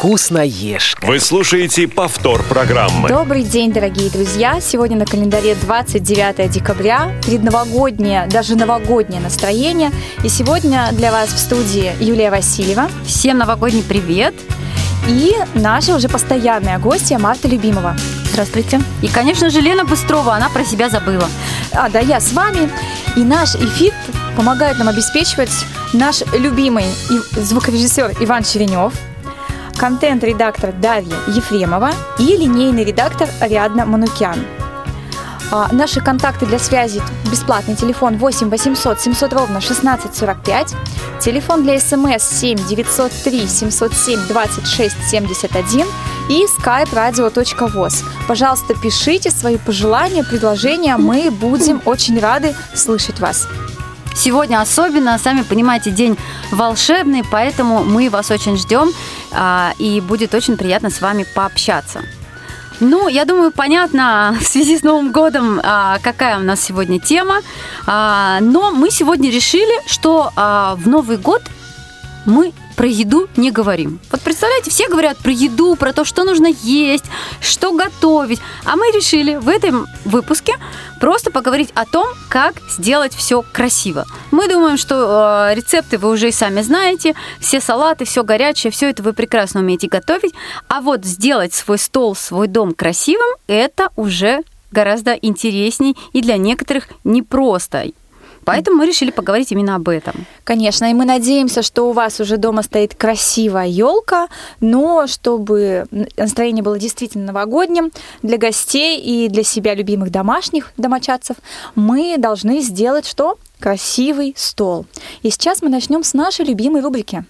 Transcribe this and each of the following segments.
Вкусноежка. Вы слушаете повтор программы. Добрый день, дорогие друзья! Сегодня на календаре 29 декабря, предновогоднее, даже новогоднее настроение. И сегодня для вас в студии Юлия Васильева. Всем новогодний привет! И наша уже постоянная гостья Марта Любимова. Здравствуйте. И, конечно же, Лена Быстрова, она про себя забыла. Да, я с вами. И наш эфир помогает нам обеспечивать наш любимый звукорежиссер Иван Черенев, контент-редактор Дарья Ефремова и линейный редактор Ариадна Манукян. Наши контакты для связи: бесплатный телефон 8 800 700 ровно 1645, телефон для СМС 7 903 707 26 71 и skype-radio.voz. Пожалуйста, пишите свои пожелания, предложения, мы будем очень рады слышать вас. Сегодня особенно, сами понимаете, день волшебный, поэтому мы вас очень ждем, и будет очень приятно с вами пообщаться. Ну, я думаю, понятно в связи с Новым годом, какая у нас сегодня тема, но мы сегодня решили, что в Новый год мы про еду не говорим. Вот представляете, все говорят про еду, про то, что нужно есть, что готовить. А мы решили в этом выпуске просто поговорить о том, как сделать все красиво. Мы думаем, что рецепты вы уже и сами знаете, все салаты, все горячее, все это вы прекрасно умеете готовить. А вот сделать свой стол, свой дом красивым, это уже гораздо интересней и для некоторых непросто. Поэтому мы решили поговорить именно об этом. Конечно, и мы надеемся, что у вас уже дома стоит красивая елка, но чтобы настроение было действительно новогодним, для гостей и для себя любимых домочадцев, мы должны сделать что? Красивый стол. И сейчас мы начнем с нашей любимой рубрики.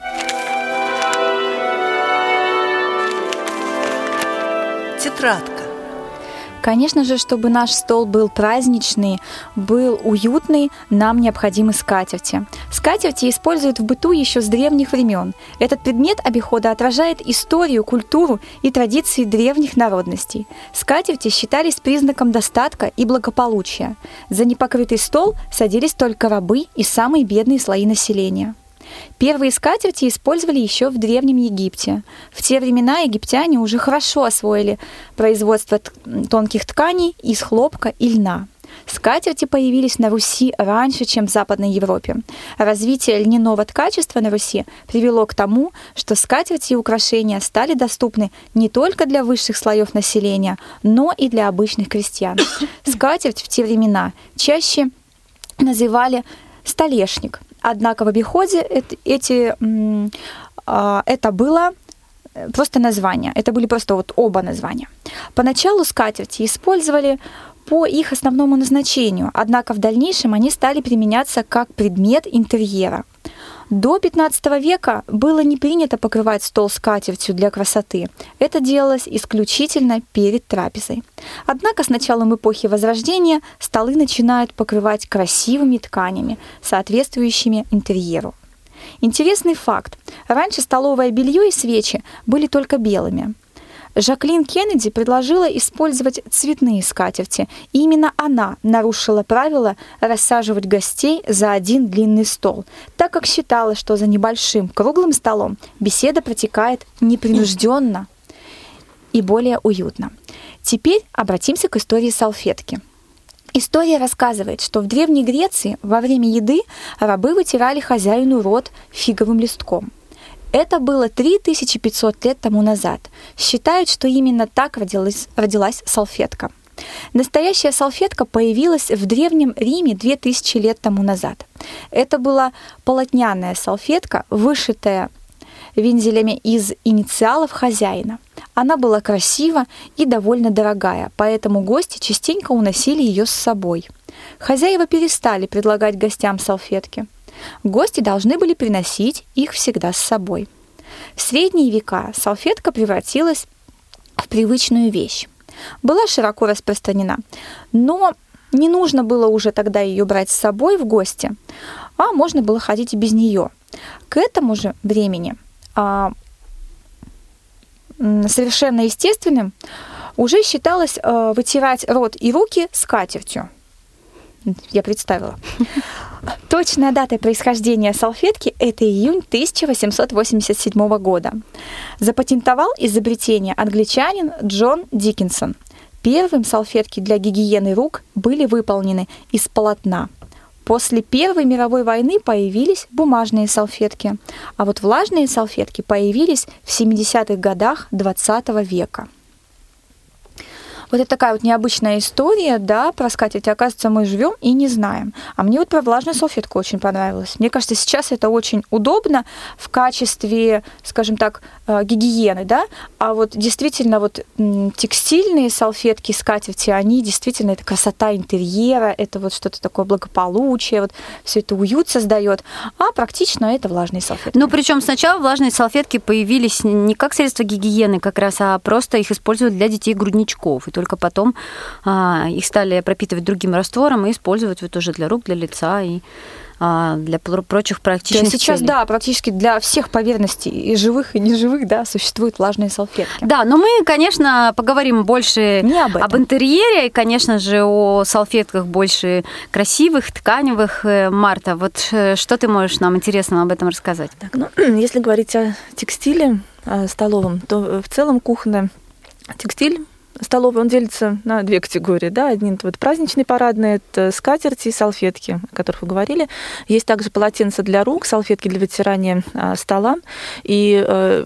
Тетрадка. Конечно же, чтобы наш стол был праздничный, был уютный, нам необходимы скатерти. Скатерти используют в быту еще с древних времен. Этот предмет обихода отражает историю, культуру и традиции древних народностей. Скатерти считались признаком достатка и благополучия. За непокрытый стол садились только рабы и самые бедные слои населения. Первые скатерти использовали еще в Древнем Египте. В те времена египтяне уже хорошо освоили производство тонких тканей из хлопка и льна. Скатерти появились на Руси раньше, чем в Западной Европе. Развитие льняного ткачества на Руси привело к тому, что скатерти и украшения стали доступны не только для высших слоев населения, но и для обычных крестьян. Скатерть в те времена чаще называли столешник. Однако в обиходе это было просто название. Это были просто вот оба названия. Поначалу скатерти использовали по их основному назначению, однако в дальнейшем они стали применяться как предмет интерьера. До XV века было не принято покрывать стол скатертью для красоты. Это делалось исключительно перед трапезой. Однако с началом эпохи Возрождения столы начинают покрывать красивыми тканями, соответствующими интерьеру. Интересный факт. Раньше столовое белье и свечи были только белыми. Жаклин Кеннеди предложила использовать цветные скатерти, и именно она нарушила правило рассаживать гостей за один длинный стол, так как считала, что за небольшим круглым столом беседа протекает непринужденно и более уютно. Теперь обратимся к истории салфетки. История рассказывает, что в Древней Греции во время еды рабы вытирали хозяину рот фиговым листком. Это было 3500 лет тому назад. Считают, что именно так родилась салфетка. Настоящая салфетка появилась в Древнем Риме 2000 лет тому назад. Это была полотняная салфетка, вышитая вензелями из инициалов хозяина. Она была красива и довольно дорогая, поэтому гости частенько уносили ее с собой. Хозяева перестали предлагать гостям салфетки. Гости должны были приносить их всегда с собой. В средние века салфетка превратилась в привычную вещь. Была широко распространена, но не нужно было уже тогда ее брать с собой в гости, а можно было ходить и без нее. К этому же времени совершенно естественным уже считалось вытирать рот и руки скатертью. Я представила. Точная дата происхождения салфетки – это июнь 1887 года. Запатентовал изобретение англичанин Джон Диккенсон. Первым салфетки для гигиены рук были выполнены из полотна. После Первой мировой войны появились бумажные салфетки, а вот влажные салфетки появились в 70-х годах XX века. Вот это такая вот необычная история, да, про скатерть. Оказывается, мы живем и не знаем. А мне вот про влажную салфетку очень понравилось. Мне кажется, сейчас это очень удобно в качестве, скажем так, гигиены, да. А вот действительно вот текстильные салфетки, скатерти, они действительно, это красота интерьера, это вот что-то такое благополучие, вот все это уют создает. А практично это влажные салфетки. Ну, причем сначала влажные салфетки появились не как средство гигиены как раз, а просто их используют для детей-грудничков. И только потом их стали пропитывать другим раствором и использовать вот уже для рук, для лица и для прочих практичных сейчас, целей. да, практически для всех поверхностей, и живых, и неживых, да, существуют влажные салфетки. Да, но мы, конечно, поговорим больше об интерьере, и, конечно же, о салфетках больше красивых, тканевых. Марта, вот что ты можешь нам интересного об этом рассказать? Так, ну, если говорить о текстиле столовом, то в целом кухонный текстиль столовый, он делится на две категории. Да? Одни это вот праздничные, парадные, это скатерти и салфетки, о которых вы говорили. Есть также полотенца для рук, салфетки для вытирания стола. И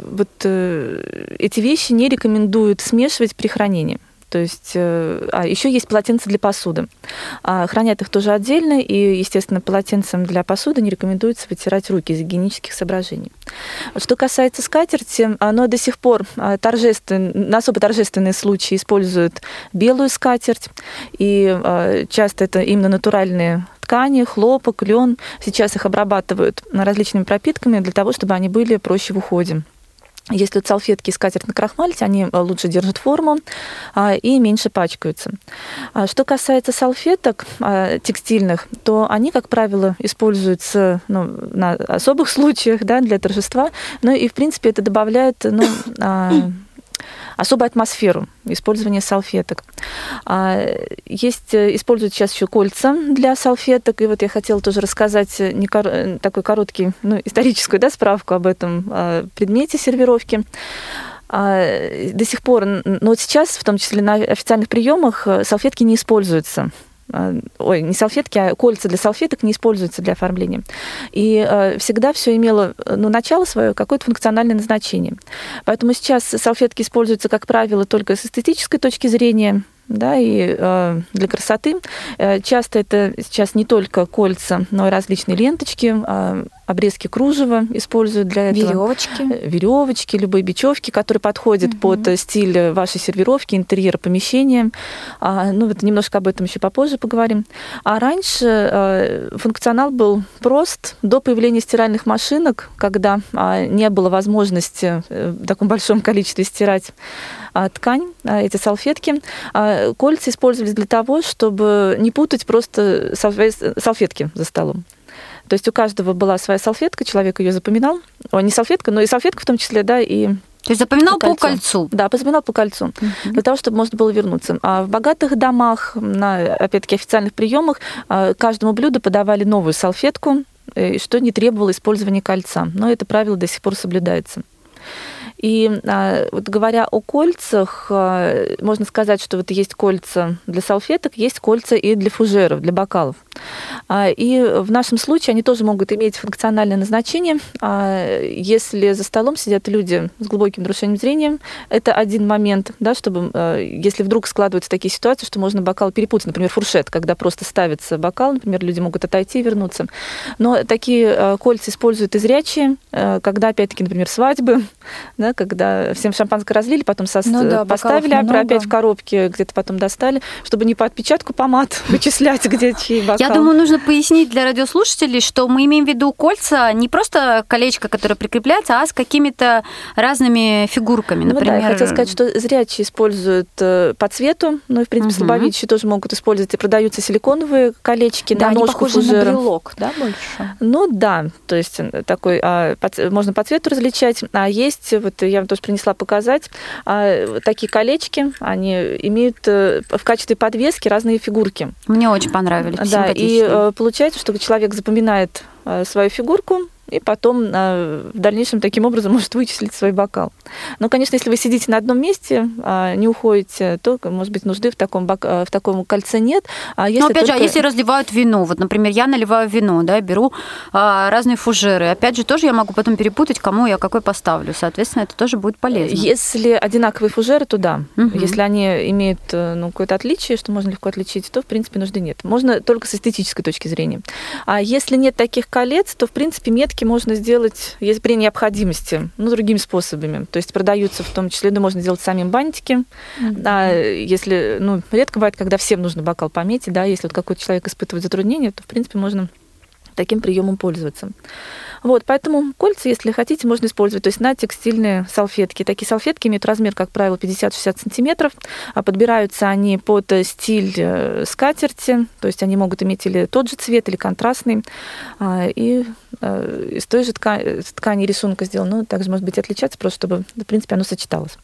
эти вещи не рекомендуют смешивать при хранении. То есть, еще есть полотенца для посуды. Хранят их тоже отдельно, и, естественно, полотенцем для посуды не рекомендуется вытирать руки из гигиенических соображений. Что касается скатерти, оно до сих пор на особо торжественные случаи используют белую скатерть, и часто это именно натуральные ткани, хлопок, лен. Сейчас их обрабатывают различными пропитками для того, чтобы они были проще в уходе. Если салфетки и скатерть накрахмалить, они лучше держат форму и меньше пачкаются. Что касается салфеток текстильных, то они, как правило, используются на особых случаях, да, для торжества, но и, в принципе, это добавляет особую атмосферу использования салфеток. Используют сейчас еще кольца для салфеток, и вот я хотела тоже рассказать такой короткий, историческую, да, справку об этом предмете сервировки. До сих пор, но вот сейчас, в том числе на официальных приемах, салфетки не используются. Не салфетки, а кольца для салфеток не используются для оформления. И всегда все имело начало свое, какое-то функциональное назначение. Поэтому сейчас салфетки используются, как правило, только с эстетической точки зрения, да, и для красоты. Часто это сейчас не только кольца, но и различные ленточки, обрезки кружева используют для этого. Веревочки, любые бечевки, которые подходят под стиль вашей сервировки, интерьера помещения. Вот немножко об этом еще попозже поговорим. А раньше функционал был прост. До появления стиральных машинок, когда не было возможности в таком большом количестве стирать ткань, эти салфетки, кольца использовались для того, чтобы не путать просто салфетки за столом. То есть у каждого была своя салфетка, человек ее запоминал. Не салфетка, но и салфетка в том числе, да, и... То есть запоминал по кольцу? Да, запоминал по кольцу, для того, чтобы можно было вернуться. А в богатых домах, на, опять-таки, официальных приемах, каждому блюду подавали новую салфетку, что не требовало использования кольца. Но это правило до сих пор соблюдается. И вот говоря о кольцах, можно сказать, что вот есть кольца для салфеток, есть кольца и для фужеров, для бокалов. И в нашем случае они тоже могут иметь функциональное назначение. Если за столом сидят люди с глубоким нарушением зрения, это один момент, да, чтобы, если вдруг складываются такие ситуации, что можно бокал перепутать, например, фуршет, когда просто ставится бокал, например, люди могут отойти и вернуться. Но такие кольца используют и зрячие, когда, опять-таки, например, свадьбы, да, когда всем шампанское разлили, потом поставили опять в коробке, где-то потом достали, чтобы не по отпечатку помад вычислять, где чей бокал. Я думаю, нужно пояснить для радиослушателей, что мы имеем в виду кольца не просто колечко, которое прикрепляется, а с какими-то разными фигурками, например. Я хотела сказать, что зрячие используют по цвету, и, в принципе, слабовидящие тоже могут использовать, и продаются силиконовые колечки на ножку фужера. На брелок, да, больше? Да, то есть такой, можно по цвету различать, а есть, вот я вам тоже принесла показать, такие колечки, они имеют в качестве подвески разные фигурки. Мне очень понравились, да, и получается, что человек запоминает свою фигурку, и потом в дальнейшем таким образом может вычислить свой бокал. Но, конечно, если вы сидите на одном месте, не уходите, то, может быть, нужды в таком кольце нет. А если но, опять же, если разливают вино, вот, например, я наливаю вино, да, беру разные фужеры, опять же, тоже я могу потом перепутать, кому я какой поставлю. Соответственно, это тоже будет полезно. Если одинаковые фужеры, то да. Если они имеют какое-то отличие, что можно легко отличить, то, в принципе, нужды нет. Можно только с эстетической точки зрения. А если нет таких колец, то, в принципе, метки можно сделать, если при необходимости, другими способами. То есть продаются в том числе, можно делать самим бантики. А если, редко бывает, когда всем нужно бокал пометить, да, если вот какой-то человек испытывает затруднения, то, в принципе, можно таким приемом пользоваться. Вот, поэтому кольца, если хотите, можно использовать, то есть на текстильные салфетки. Такие салфетки имеют размер, как правило, 50-60 сантиметров. Подбираются они под стиль скатерти, то есть они могут иметь или тот же цвет, или контрастный. И из той же ткани рисунка сделано, но также может быть отличаться, просто чтобы, в принципе, оно сочеталось.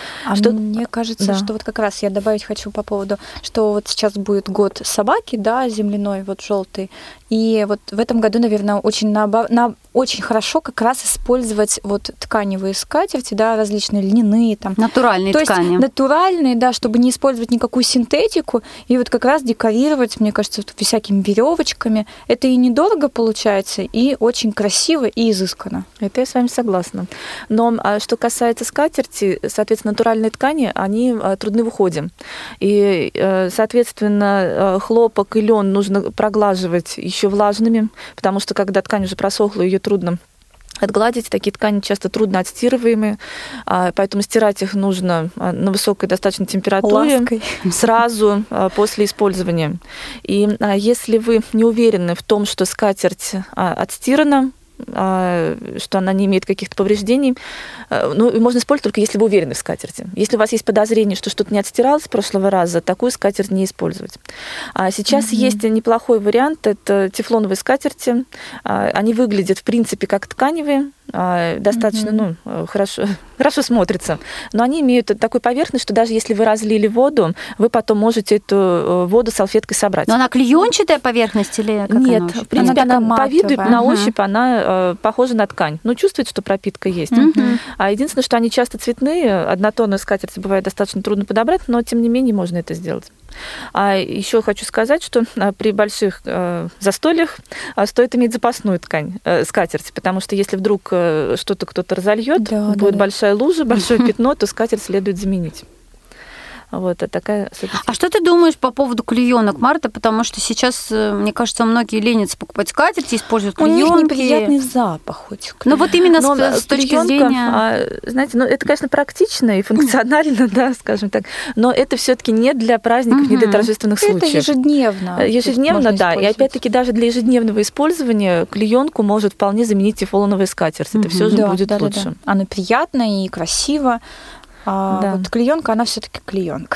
Мне кажется, что вот как раз я добавить хочу по поводу, что вот сейчас будет год собаки, да, земляной, вот желтый, и вот в этом году, наверное, очень хорошо как раз использовать вот тканевые скатерти, да, различные льняные там. Натуральные ткани. То есть натуральные, да, чтобы не использовать никакую синтетику, и вот как раз декорировать, мне кажется, всякими веревочками. Это и недорого получается, и очень красиво и изысканно. Это я с вами согласна. Но что касается скатерти, соответственно, натуральные ткани, они трудны в уходе. И, соответственно, хлопок и лен нужно проглаживать еще влажными, потому что когда ткань уже просохла, ее трудно отгладить. Такие ткани часто трудно отстирываемые, поэтому стирать их нужно на высокой достаточно температуре лаской сразу после использования. И если вы не уверены в том, что скатерть отстирана, что она не имеет каких-то повреждений, можно использовать только если вы уверены в скатерти. Если у вас есть подозрение, что что-то не отстиралось с прошлого раза, такую скатерть не использовать. Сейчас есть неплохой вариант, это тефлоновые скатерти. Они выглядят, в принципе, как тканевые, достаточно хорошо смотрятся, но они имеют такую поверхность, что даже если вы разлили воду, вы потом можете эту воду салфеткой собрать. Но она клеенчатая поверхность или как? Нет, она в принципе, она по виду, на ощупь она похожа на ткань. Чувствует, что пропитка есть. А единственное, что они часто цветные, однотонные скатерти бывает достаточно трудно подобрать, но тем не менее можно это сделать. А еще хочу сказать, что при больших застольях стоит иметь запасную ткань, скатерть, потому что если вдруг что-то кто-то разольет, будет большая лужа, большое пятно, то скатерть следует заменить. Вот, такая особенность. А что ты думаешь по поводу клеенок, Марта? Потому что сейчас, мне кажется, многие ленятся покупать скатерти, используют клеенки. У них неприятный запах хоть. Ну вот именно с точки зрения... Знаете, это, конечно, практично и функционально, да, скажем так, но это все-таки не для праздников, не для торжественных случаев. Это ежедневно. Ежедневно, да. И опять-таки даже для ежедневного использования клеенку может вполне заменить тефлоновая скатерть. Это все же будет лучше. Да. Оно приятно и красиво. Вот клеенка, она все-таки клеенка.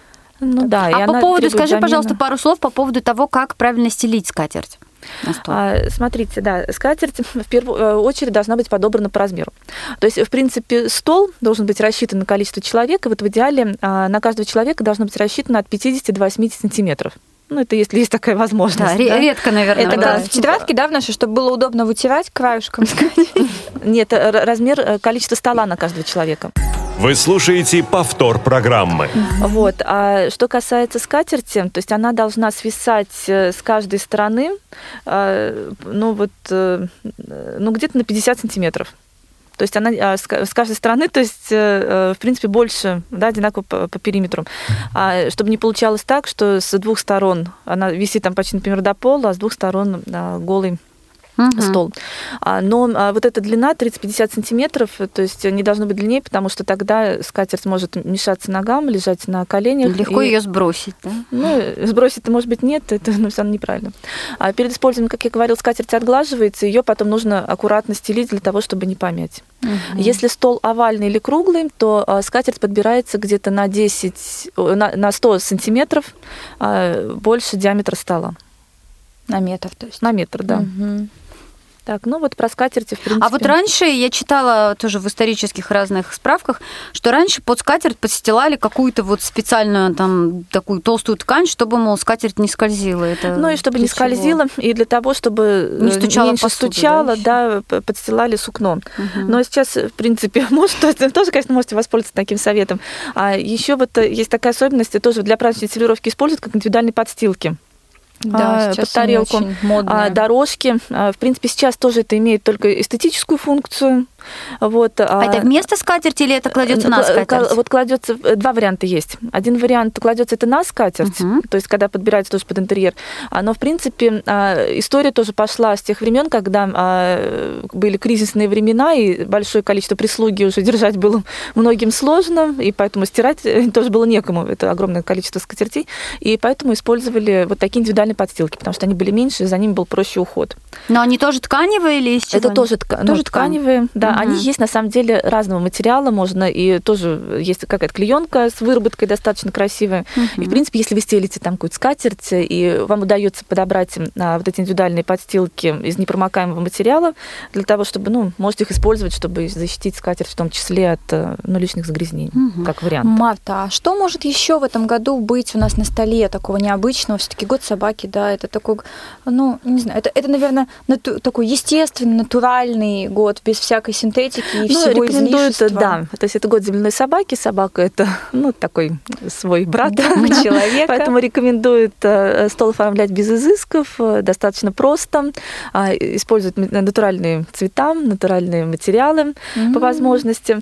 Да, а по поводу, скажи, пожалуйста, пару слов по поводу того, как правильно стелить скатерть. Смотрите, да, скатерть в первую очередь должна быть подобрана по размеру. То есть, в принципе, стол должен быть рассчитан на количество человек, и вот в идеале на каждого человека должно быть рассчитано от 50 до 80 сантиметров. Это если есть такая возможность. Да, редко, наверное. Это как в тетрадке, да, в нашей, чтобы было удобно вытирать краюшком. Нет, размер, количество стола на каждого человека. Вы слушаете повтор программы. Вот. А что касается скатерти, то есть она должна свисать с каждой стороны, где-то на 50 сантиметров. То есть она с каждой стороны, то есть, в принципе, больше, да, одинаково по периметру. Чтобы не получалось так, что с двух сторон она висит там почти, например, до пола, а с двух сторон голый стол. Но вот эта длина 30-50 сантиметров, то есть не должно быть длиннее, потому что тогда скатерть может мешаться ногам, лежать на коленях. Легко ее сбросить, да? Сбросить-то, может быть, нет, это все равно неправильно. Перед использованием, как я говорила, скатерть отглаживается, ее потом нужно аккуратно стелить для того, чтобы не помять. Если стол овальный или круглый, то скатерть подбирается где-то на 100 сантиметров больше диаметра стола. На метр, то есть. На метр, да. Так, ну вот про скатерти, в принципе. А вот раньше я читала тоже в исторических разных справках, что раньше под скатерть подстилали какую-то вот специальную там такую толстую ткань, чтобы, мол, скатерть не скользила. Это ну и чтобы не скользила, и для того, чтобы не стучала меньше посуда, стучало, да, подстилали сукном. Но сейчас, в принципе, тоже, конечно, можете воспользоваться таким советом. А еще вот есть такая особенность, тоже для праздничной сервировки используют как индивидуальные подстилки. Да, под тарелку, дорожки. В принципе, сейчас тоже это имеет только эстетическую функцию. Вот. А это вместо скатерти или это кладется на скатерть? Вот кладется, два варианта есть. Один вариант кладется это на скатерть, то есть когда подбирается тоже под интерьер. Но, в принципе, история тоже пошла с тех времен, когда были кризисные времена, и большое количество прислуги уже держать было многим сложно, и поэтому стирать тоже было некому. Это огромное количество скатертей. И поэтому использовали вот такие индивидуальные подстилки, потому что они были меньше, и за ними был проще уход. Но они тоже тканевые или из чего? Это тоже тканевые, да. Они есть, на самом деле, разного материала, можно, и тоже есть какая-то клеенка с выработкой достаточно красивая. И, в принципе, если вы стелите там какую-то скатерть, и вам удается подобрать вот эти индивидуальные подстилки из непромокаемого материала, для того, чтобы, можете их использовать, чтобы защитить скатерть в том числе от лишних загрязнений, как вариант. Марта, а что может еще в этом году быть у нас на столе такого необычного? Все-таки год собаки, да, это такой, не знаю, это наверное, такой естественный, натуральный год, без всякой синтетики и всего излишества. Да, то есть это год земляной собаки. Собака – это, такой свой брат человека. Поэтому рекомендуют стол оформлять без изысков, достаточно просто, использовать натуральные цвета, натуральные материалы по возможности.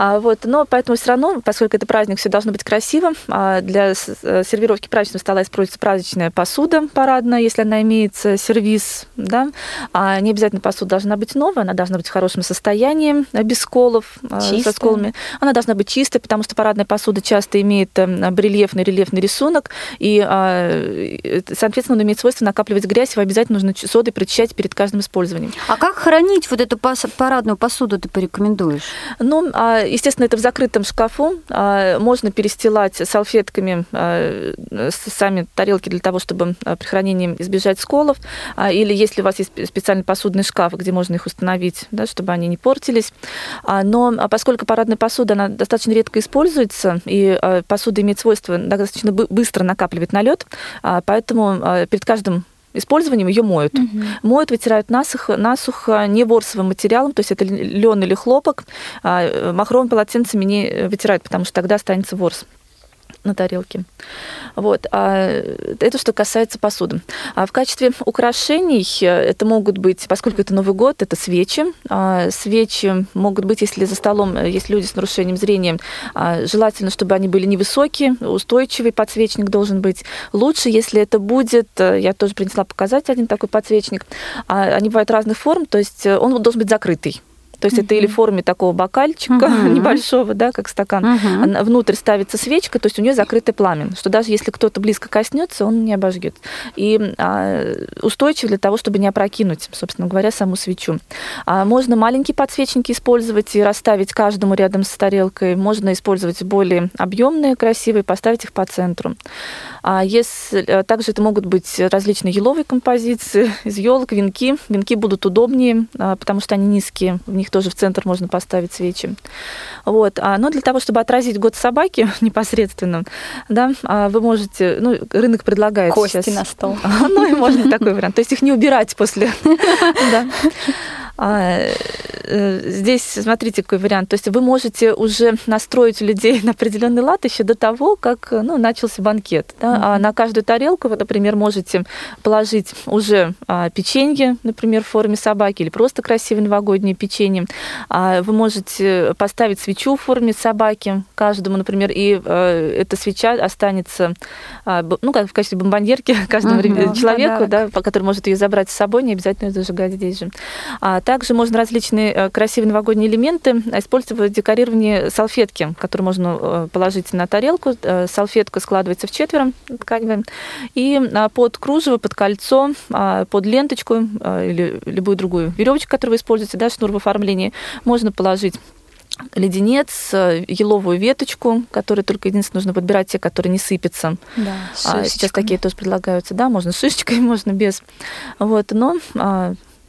Но поэтому все равно, поскольку это праздник, все должно быть красиво. Для сервировки праздничного стола используется праздничная посуда парадная, если она имеется, сервиз. Да? Не обязательно посуда должна быть новая, она должна быть в хорошем состоянии, без сколов, со сколами. Она должна быть чистой, потому что парадная посуда часто имеет рельефный рисунок, и, соответственно, он имеет свойство накапливать грязь, его обязательно нужно содой прочищать перед каждым использованием. А как хранить вот эту парадную посуду ты порекомендуешь? Естественно, это в закрытом шкафу. Можно перестилать салфетками сами тарелки для того, чтобы при хранении избежать сколов. Или если у вас есть специальный посудный шкаф, где можно их установить, да, чтобы они не портились. Но поскольку парадная посуда, она достаточно редко используется, и посуда имеет свойство достаточно быстро накапливать налет, поэтому перед каждым использованием ее моют. Моют, вытирают насухо не ворсовым материалом, то есть это лен или хлопок, махровыми полотенцами не вытирают, потому что тогда останется ворс на тарелке. Вот. Это что касается посуды. В качестве украшений это могут быть, поскольку это Новый год, это свечи. Свечи могут быть, если за столом есть люди с нарушением зрения, желательно, чтобы они были невысокие, устойчивый подсвечник должен быть. Лучше, если это будет, я тоже принесла показать один такой подсвечник, они бывают разных форм, то есть он должен быть закрытый. То есть это или в форме такого бокальчика небольшого, да, как стакан. Внутрь ставится свечка, то есть у нее закрытый пламя, что даже если кто-то близко коснется, он не обожгет. И устойчив для того, чтобы не опрокинуть, собственно говоря, саму свечу. Можно маленькие подсвечники использовать и расставить каждому рядом с тарелкой. Можно использовать более объемные, красивые, поставить их по центру. Также это могут быть различные еловые композиции из елок, венки. Венки будут удобнее, потому что они низкие, в них тоже в центр можно поставить свечи. Вот. Но для того, чтобы отразить год собаки непосредственно, да, вы можете, рынок предлагает кости сейчас... на стол. И можно такой вариант. То есть их не убирать после... Здесь, смотрите, какой вариант. То есть вы можете уже настроить людей на определенный лад еще до того, как начался банкет. Да? На каждую тарелку вы, например, можете положить уже печенье, например, в форме собаки, или просто красивое новогоднее печенье. Вы можете поставить свечу в форме собаки каждому, например, и эта свеча останется как в качестве бомбоньерки каждому человеку, да, который может ее забрать с собой, не обязательно ее зажигать здесь же. Также можно различные красивые новогодние элементы использовать в декорировании салфетки, которые можно положить на тарелку. Салфетка складывается вчетверо тканевая, и под кружево, под кольцо, под ленточку или любую другую веревочку, которую вы используете, да, шнур в оформлении, можно положить леденец, еловую веточку, которую только единственное нужно подбирать те, которые не сыпятся. Да, сейчас такие тоже предлагаются, да, можно с шишечкой, можно без. Вот, но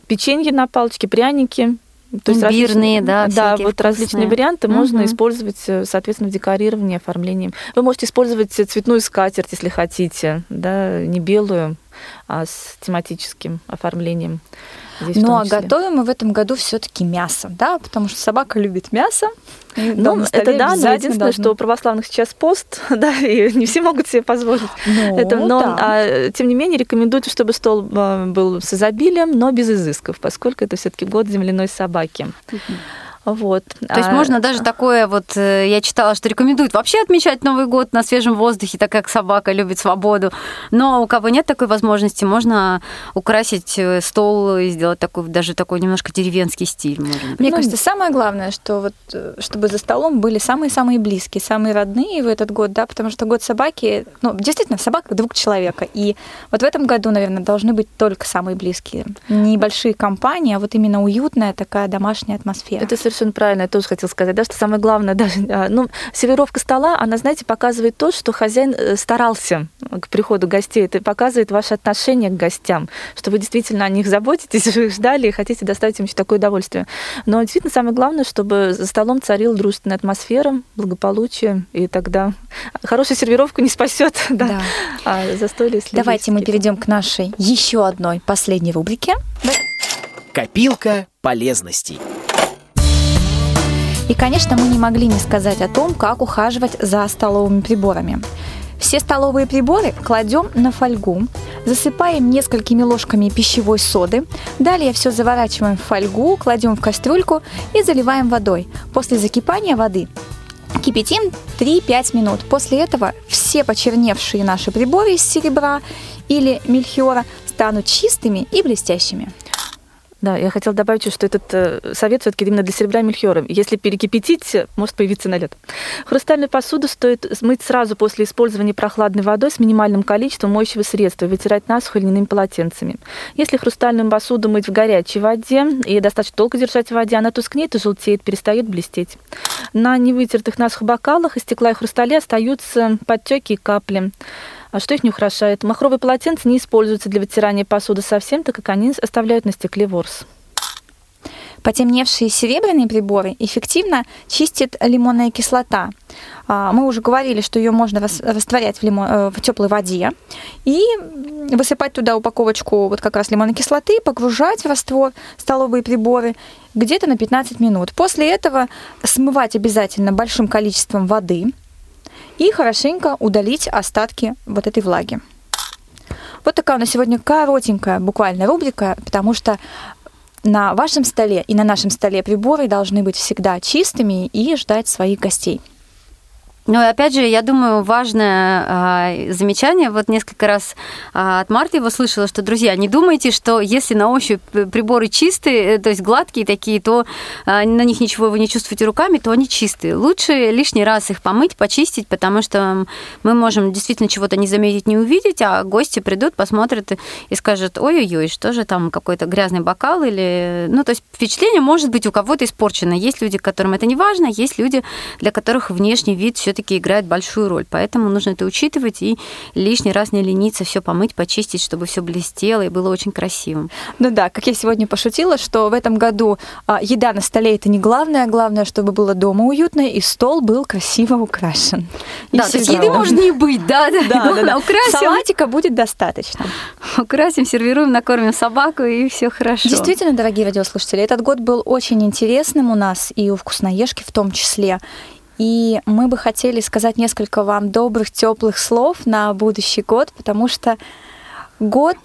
печенье на палочке, пряники. То есть имбирные, да, вот вкусные. Различные варианты можно использовать, соответственно, в декорировании, оформлении. Вы можете использовать цветную скатерть, если хотите, да, не белую, а с тематическим оформлением. Ну, а готовим мы в этом году все-таки мясо, да, потому что собака любит мясо. Ну, это да, но единственное, что у православных сейчас пост, да, и не все могут себе позволить это. Но, тем не менее, рекомендуется, чтобы стол был с изобилием, но без изысков, поскольку это все-таки год земляной собаки. Вот. То есть можно даже такое, вот я читала, что рекомендуют вообще отмечать Новый год на свежем воздухе, так как собака любит свободу. Но у кого нет такой возможности, можно украсить стол и сделать такой, даже такой немножко деревенский стиль. Мне кажется, самое главное, что вот, чтобы за столом были самые-самые близкие, самые родные в этот год, да, потому что год собаки, ну, действительно, собака двух человека. И вот в этом году, наверное, должны быть только самые близкие. Не большие компании, а вот именно уютная такая домашняя атмосфера. Это совершенно правильно, я тоже хотела сказать, да, что самое главное, даже, сервировка стола, она, знаете, показывает то, что хозяин старался к приходу гостей, это показывает ваше отношение к гостям, что вы действительно о них заботитесь, вы их ждали и хотите доставить им еще такое удовольствие. Но действительно самое главное, чтобы за столом царила дружественная атмосфера, благополучие, и тогда хорошая сервировка не спасет, да. А застолье следует. Давайте мы перейдем к нашей еще одной последней рубрике. Копилка полезностей. И, конечно, мы не могли не сказать о том, как ухаживать за столовыми приборами. Все столовые приборы кладем на фольгу, засыпаем несколькими ложками пищевой соды, далее все заворачиваем в фольгу, кладем в кастрюльку и заливаем водой. После закипания воды кипятим 3-5 минут. После этого все почерневшие наши приборы из серебра или мельхиора станут чистыми и блестящими. Да, я хотела добавить, что этот совет все-таки именно для серебра и мельхиора. Если перекипятить, может появиться налет. Хрустальную посуду стоит смыть сразу после использования прохладной водой с минимальным количеством моющего средства и вытирать насухо льняными полотенцами. Если хрустальную посуду мыть в горячей воде и достаточно долго держать в воде, она тускнеет и желтеет, перестает блестеть. На невытертых насухо бокалах из стекла и хрусталя остаются подтеки и капли. А что их не украшает? Махровые полотенца не используются для вытирания посуды совсем, так как они оставляют на стекле ворс. Потемневшие серебряные приборы эффективно чистит лимонная кислота. Мы уже говорили, что ее можно растворять в теплой воде и высыпать туда упаковочку вот как раз лимонной кислоты, погружать в раствор столовые приборы где-то на 15 минут. После этого смывать обязательно большим количеством воды и хорошенько удалить остатки вот этой влаги. Вот такая у нас сегодня коротенькая буквально рубрика, потому что на вашем столе и на нашем столе приборы должны быть всегда чистыми и ждать своих гостей. Ну и опять же, я думаю, важное замечание, вот несколько раз от Марты его слышала, что, друзья, не думайте, что если на ощупь приборы чистые, то есть гладкие такие, то на них ничего вы не чувствуете руками, то они чистые. Лучше лишний раз их помыть, почистить, потому что мы можем действительно чего-то не заметить, не увидеть, а гости придут, посмотрят и скажут: ой-ой-ой, что же там, какой-то грязный бокал или... Ну, то есть впечатление может быть у кого-то испорчено. Есть люди, которым это не важно, есть люди, для которых внешний вид все-таки играет большую роль. Поэтому нужно это учитывать и лишний раз не лениться, все помыть, почистить, чтобы все блестело и было очень красивым. Ну да, как я сегодня пошутила, что в этом году еда на столе — это не главное, главное, чтобы было дома уютно и стол был красиво украшен. Да, то есть еды можно не быть, да. Украсим. Салатика будет достаточно. Украсим, сервируем, накормим собаку, и все хорошо. Действительно, дорогие радиослушатели, этот год был очень интересным у нас, и у «Вкусноежки» в том числе. И мы бы хотели сказать несколько вам добрых, теплых слов на будущий год, потому что год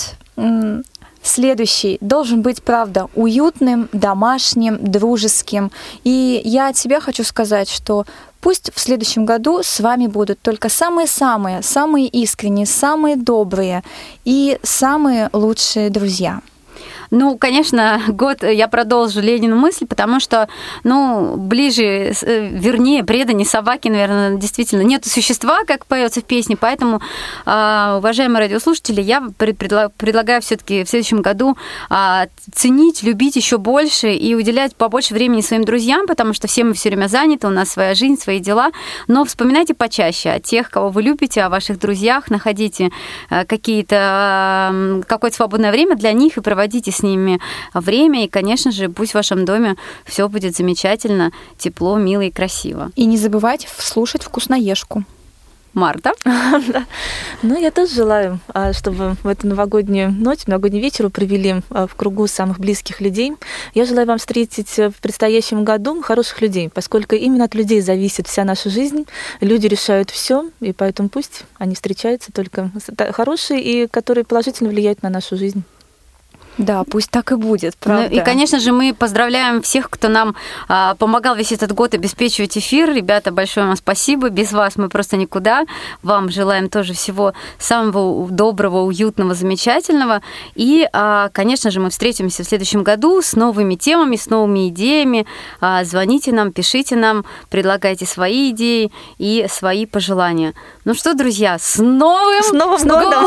следующий должен быть, правда, уютным, домашним, дружеским. И я от себя хочу сказать, что пусть в следующем году с вами будут только самые-самые, самые искренние, самые добрые и самые лучшие друзья. Ну, конечно, год, я продолжу Ленину мысль, потому что, ближе, вернее, преданнее собаки, наверное, действительно нет существа, как поется в песне, поэтому, уважаемые радиослушатели, я предлагаю все-таки в следующем году ценить, любить еще больше и уделять побольше времени своим друзьям, потому что все мы все время заняты, у нас своя жизнь, свои дела, но вспоминайте почаще о тех, кого вы любите, о ваших друзьях, находите какое-то свободное время для них и проводите с ними время. И, конечно же, пусть в вашем доме все будет замечательно, тепло, мило и красиво. И не забывайте слушать «Вкусноежку». Марта? Да. Ну, я тоже желаю, чтобы в эту новогоднюю ночь, новогодний вечер вы провели в кругу самых близких людей. Я желаю вам встретить в предстоящем году хороших людей, поскольку именно от людей зависит вся наша жизнь. Люди решают все, и поэтому пусть они встречаются только хорошие и которые положительно влияют на нашу жизнь. Да, пусть так и будет, правда. Ну, и, конечно же, мы поздравляем всех, кто нам помогал весь этот год обеспечивать эфир. Ребята, большое вам спасибо. Без вас мы просто никуда. Вам желаем тоже всего самого доброго, уютного, замечательного. И, конечно же, мы встретимся в следующем году с новыми темами, с новыми идеями. Звоните нам, пишите нам, предлагайте свои идеи и свои пожелания. Ну что, друзья, с Новым годом!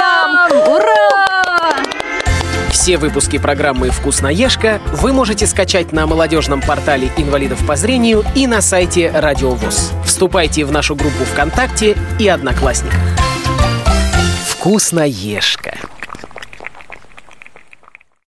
Ура! Все выпуски программы «Вкусноежка» вы можете скачать на молодежном портале инвалидов по зрению и на сайте Радио ВОС. Вступайте в нашу группу ВКонтакте и Одноклассниках. «Вкусноежка».